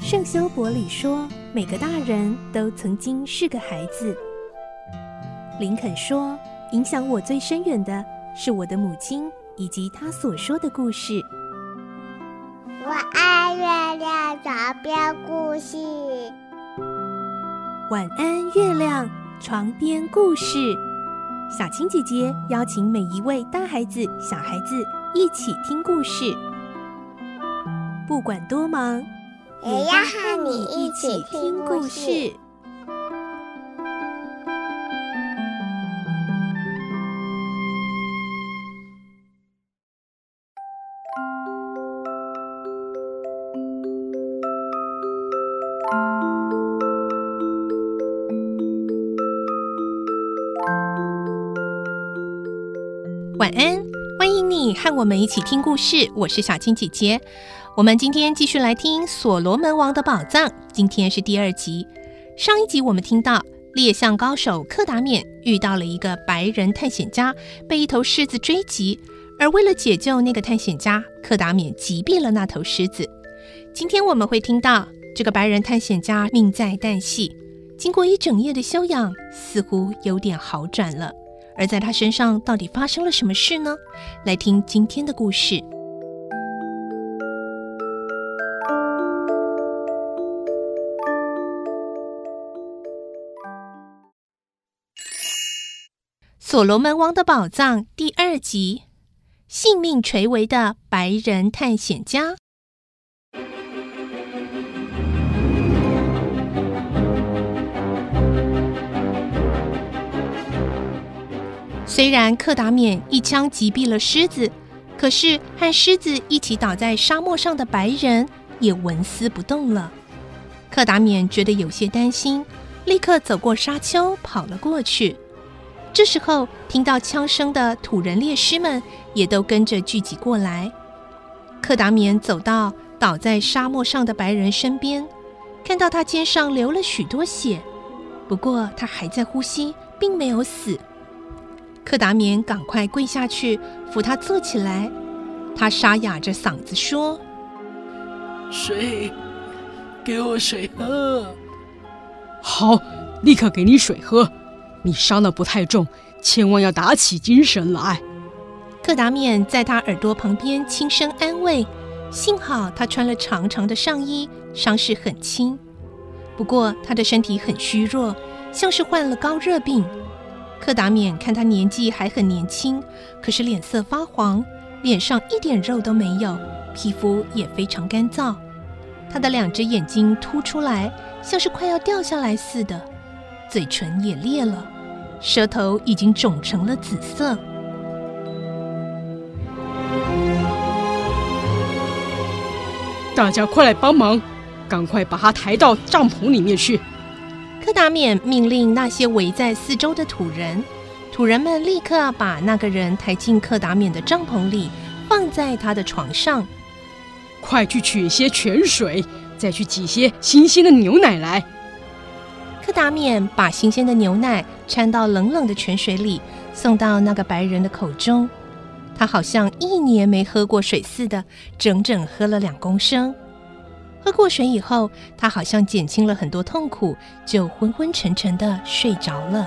圣修伯里说，每个大人都曾经是个孩子。林肯说，影响我最深远的是我的母亲以及她所说的故事。 我爱月亮床边故事。 晚安，月亮床边故事。小青姐姐邀请每一位大孩子、小孩子一起听故事，不管多忙， 也要和你一起听故事。 晚安，欢迎你和我们一起听故事，我是小青姐姐。我们今天继续来听所罗门王的宝藏，今天是第2集。上一集我们听到猎象高手克达缅遇到了一个白人探险家，被一头狮子追击，而为了解救那个探险家，克达缅击毙了那头狮子。今天我们会听到这个白人探险家命在旦夕，经过一整夜的休养，似乎有点好转了。而在他身上到底发生了什么事呢？来听今天的故事。所罗门王的宝藏第2集，性命垂危的白人探险家。虽然克达缅一枪击毙了狮子，可是和狮子一起倒在沙漠上的白人也纹丝不动了。克达缅觉得有些担心，立刻走过沙丘跑了过去。这时候听到枪声的土人猎狮们也都跟着聚集过来。克达缅走到倒在沙漠上的白人身边，看到他肩上流了许多血，不过他还在呼吸，并没有死。克达缅赶快跪下去扶他坐起来，他沙哑着嗓子说： 水，给我水喝。 好，立刻给你水喝。你伤得不太重，千万要打起精神来。 克达缅在他耳朵旁边轻声安慰，幸好他穿了长长的上衣，伤势很轻。不过他的身体很虚弱，像是患了高热病。克达缅看他年纪还很年轻，可是脸色发黄，脸上一点肉都没有，皮肤也非常干燥。他的2只眼睛凸出来，像是快要掉下来似的，嘴唇也裂了，舌头已经肿成了紫色。 大家快来帮忙，赶快把他抬到帐篷里面去。 克达缅命令那些围在四周的土人，土人们立刻把那个人抬进克达缅的帐篷里，放在他的床上。 快去取些泉水，再去挤些新鲜的牛奶来。 克达缅把新鲜的牛奶掺到冷冷的泉水里，送到那个白人的口中。他好像1年没喝过水似的，整整喝了2公升。喝过水以后，他好像减轻了很多痛苦，就昏昏沉沉地睡着了。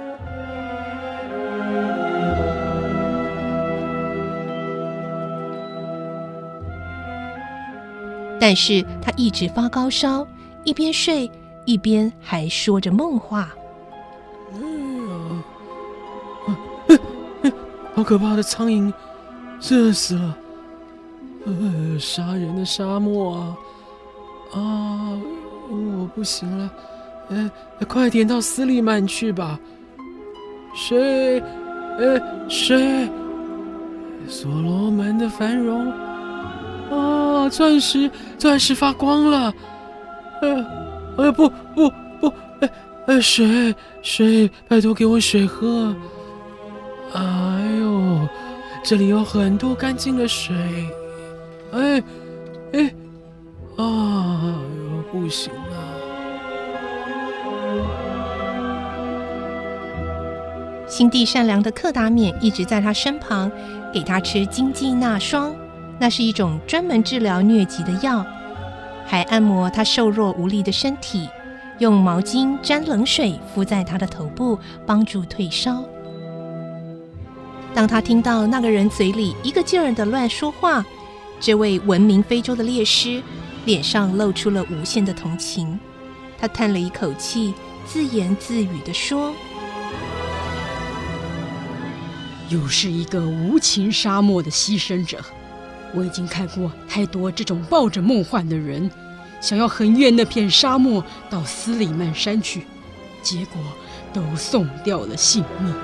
但是他一直发高烧，一边睡一边还说着梦话。 好可怕的苍蝇，热死了！杀人的沙漠啊！我不行了，快点到斯利曼去吧。水，所罗门的繁荣啊，钻石发光了。水，拜托给我水喝。哎呦，这里有很多干净的水。不行了。 心地善良的克达缅一直在他身旁，给他吃金济纳霜，那是一种专门治疗疟疾的药。 还按摩他瘦弱无力的身体，用毛巾沾冷水敷在他的头部，帮助退烧。当他听到那个人嘴里一个劲儿地乱说话，这位闻名非洲的猎师脸上露出了无限的同情。他叹了一口气，自言自语地说： 又是一个无情沙漠的牺牲者。我已经看过太多这种抱着梦幻的人，想要横越那片沙漠到斯里曼山去，结果都送掉了性命。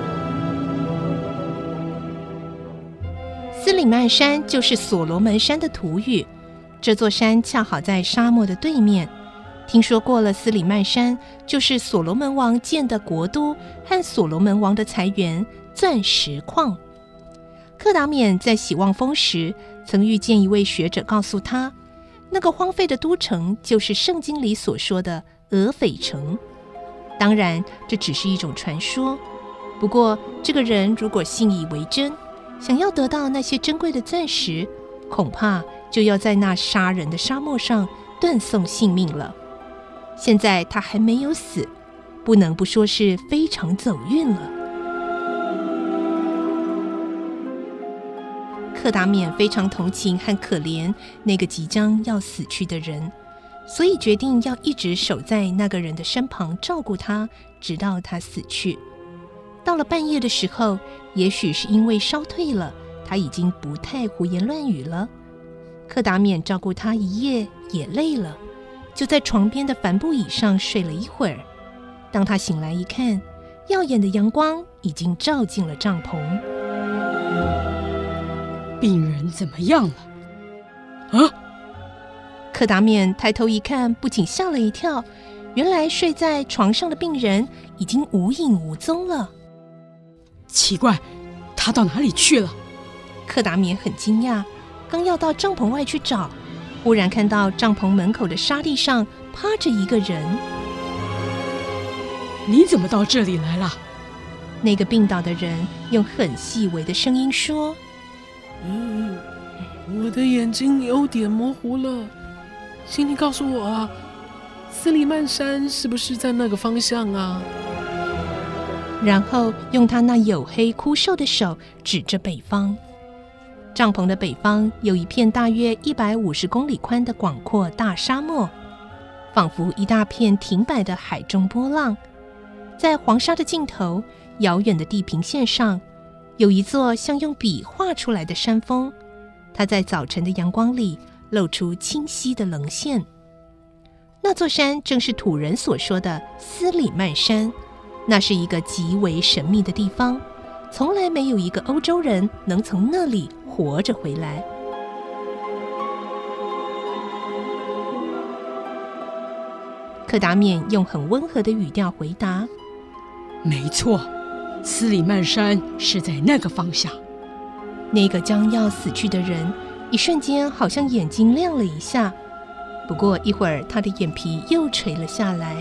斯里曼山就是所罗门山的土语，这座山恰好在沙漠的对面。听说过了，斯里曼山就是所罗门王建的国都和所罗门王的财源钻石矿。克达缅在喜望峰时，曾遇见一位学者，告诉他，那个荒废的都城就是圣经里所说的俄斐城。当然，这只是一种传说。不过，这个人如果信以为真，想要得到那些珍贵的钻石，恐怕就要在那杀人的沙漠上断送性命了。现在他还没有死，不能不说是非常走运了。克达缅非常同情和可怜那个即将要死去的人，所以决定要一直守在那个人的身旁，照顾他，直到他死去。到了半夜的时候，也许是因为烧退了，他已经不太胡言乱语了。克达缅照顾他一夜也累了，就在床边的帆布椅上睡了一会儿。当他醒来一看，耀眼的阳光已经照进了帐篷。 病人怎么样了？啊！ 克达缅抬头一看，不仅吓了一跳，原来睡在床上的病人已经无影无踪了。 奇怪，他到哪里去了？ 克达缅很惊讶，刚要到帐篷外去找，忽然看到帐篷门口的沙地上趴着一个人。 你怎么到这里来了？ 那个病倒的人用很细微的声音说： 我的眼睛有点模糊了，请你告诉我啊，斯里曼山是不是在那个方向啊？ 然后用他那黝黑枯瘦的手指着北方。帐篷的北方有一片大约150公里宽的广阔大沙漠，仿佛一大片停摆的海中波浪。在黄沙的尽头，遥远的地平线上，有一座像用笔画出来的山峰，它在早晨的阳光里露出清晰的棱线。那座山正是土人所说的斯里曼山，那是一个极为神秘的地方，从来没有一个欧洲人能从那里活着回来。克达缅用很温和的语调回答： 没错，斯里曼山是在那个方向。 那个将要死去的人一瞬间好像眼睛亮了一下，不过一会儿他的眼皮又垂了下来。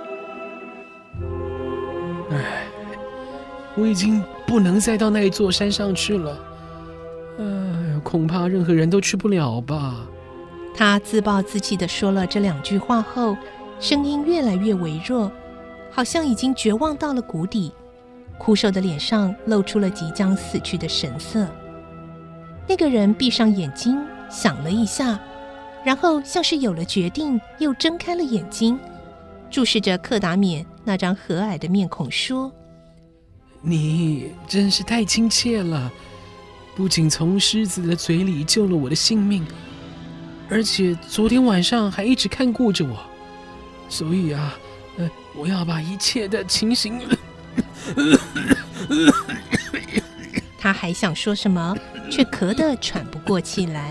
我已经不能再到那一座山上去了，恐怕任何人都去不了吧。 他自暴自弃地说了这2句话后，声音越来越微弱，好像已经绝望到了谷底，枯瘦的脸上露出了即将死去的神色。那个人闭上眼睛想了一下，然后像是有了决定，又睁开了眼睛，注视着克达缅那张和蔼的面孔说： 你真是太亲切了，不仅从狮子的嘴里救了我的性命，而且昨天晚上还一直看顾着我，所以啊，我要把一切的情形…… 他还想说什么，却咳得喘不过气来。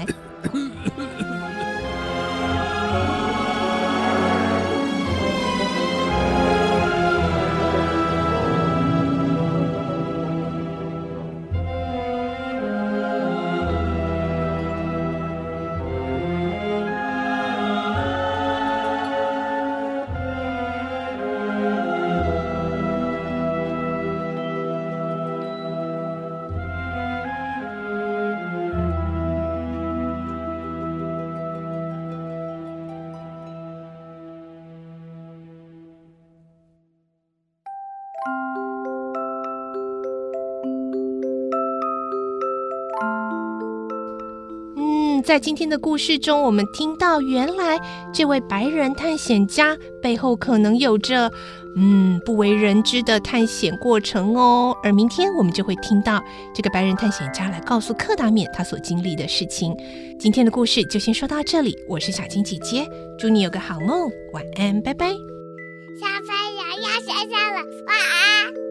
在今天的故事中，我们听到原来这位白人探险家背后可能有着不为人知的探险过程哦。而明天我们就会听到这个白人探险家来告诉克达冕他所经历的事情。今天的故事就先说到这里，我是小青姐姐，祝你有个好梦，晚安，拜拜。 小朋友要睡觉了，晚安。